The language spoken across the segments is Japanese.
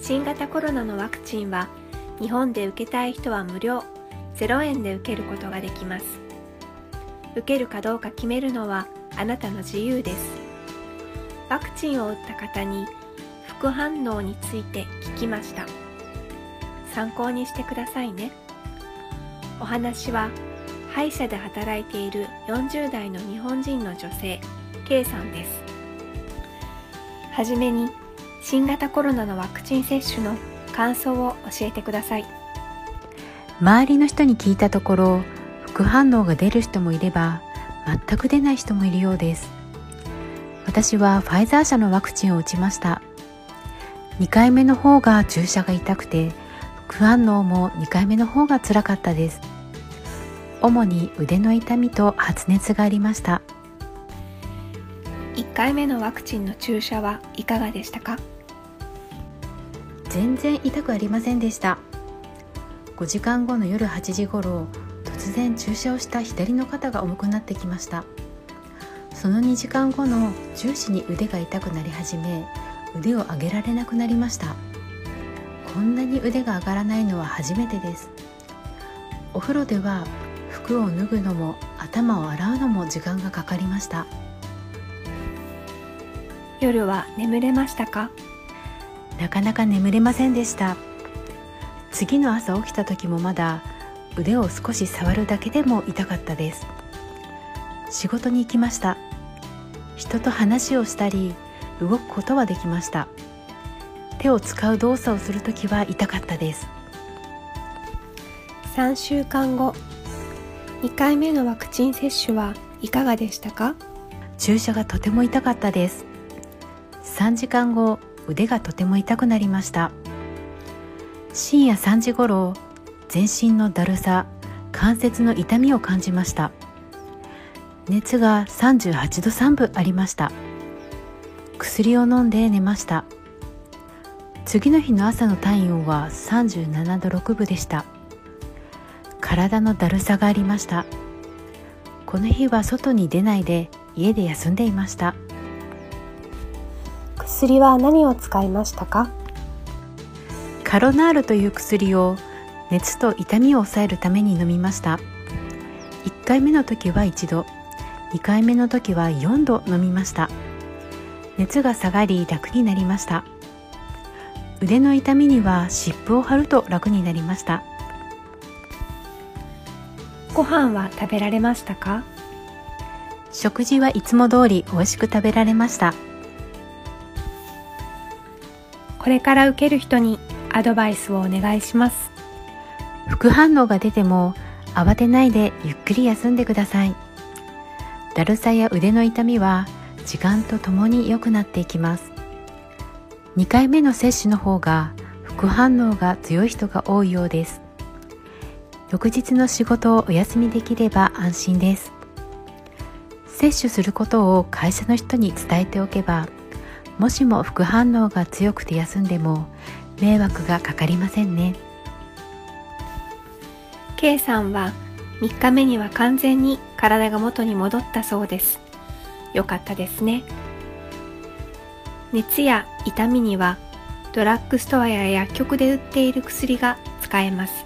新型コロナのワクチンは日本で受けたい人は無料、0円で受けることができます。受けるかどうか決めるのはあなたの自由です。ワクチンを打った方に副反応について聞きました。参考にしてくださいね。お話は歯医者で働いている40代の日本人の女性 K さんです。はじめに新型コロナのワクチン接種の感想を教えてください。 周りの人に聞いたところ、副反応が出る人もいれば全く出ない人もいるようです。私はファイザー社のワクチンを打ちました。2回目の方が注射が痛くて、副反応も2回目の方が辛かったです。主に腕の痛みと発熱がありました。 1回目のワクチンの注射はいかがでしたか？ 全然痛くありませんでした。5時間後の夜8時頃、突然注射をした左の肩が重くなってきました。その2時間後の10時に腕が痛くなり始め、腕を上げられなくなりました。こんなに腕が上がらないのは初めてです。お風呂では服を脱ぐのも頭を洗うのも時間がかかりました。 夜は眠れましたか？ なかなか眠れませんでした。次の朝起きた時もまだ腕を少し触るだけでも痛かったです。仕事に行きました。人と話をしたり動くことはできました。手を使う動作をするときは痛かったです。 3週間後、2回目のワクチン接種はいかがでしたか？ 注射がとても痛かったです。3時間後、腕がとても痛くなりました。深夜3時頃、全身のだるさ、関節の痛みを感じました。熱が38度3分ありました。薬を飲んで寝ました。次の日の朝の体温は37度6分でした。体のだるさがありました。この日は外に出ないで家で休んでいました。 薬は何を使いましたか？ カロナールという薬を熱と痛みを抑えるために飲みました。1回目の時は1度、2回目の時は4度飲みました。熱が下がり楽になりました。腕の痛みには湿布を貼ると楽になりました。 ご飯は食べられましたか？ 食事はいつも通り美味しく食べられました。 これから受ける人にアドバイスをお願いします。 副反応が出ても慌てないでゆっくり休んでください。だるさや腕の痛みは時間とともに良くなっていきます。2回目の接種の方が副反応が強い人が多いようです。翌日の仕事をお休みできれば安心です。接種することを会社の人に伝えておけば、もしも副反応が強くて休んでも迷惑がかかりませんね。 K さんは3日目には完全に体が元に戻ったそうです。よかったですね。熱や痛みにはドラッグストアや薬局で売っている薬が使えます。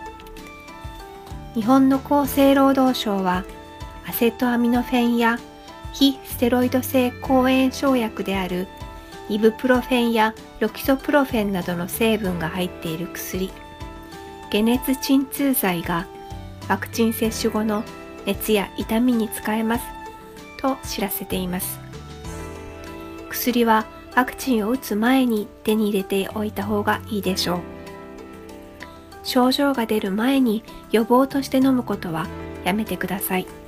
日本の厚生労働省はアセトアミノフェンや非ステロイド性抗炎症薬であるイブプロフェンやロキソプロフェンなどの成分が入っている薬、解熱鎮痛剤がワクチン接種後の熱や痛みに使えますと知らせています。薬はワクチンを打つ前に手に入れておいた方がいいでしょう。症状が出る前に予防として飲むことはやめてください。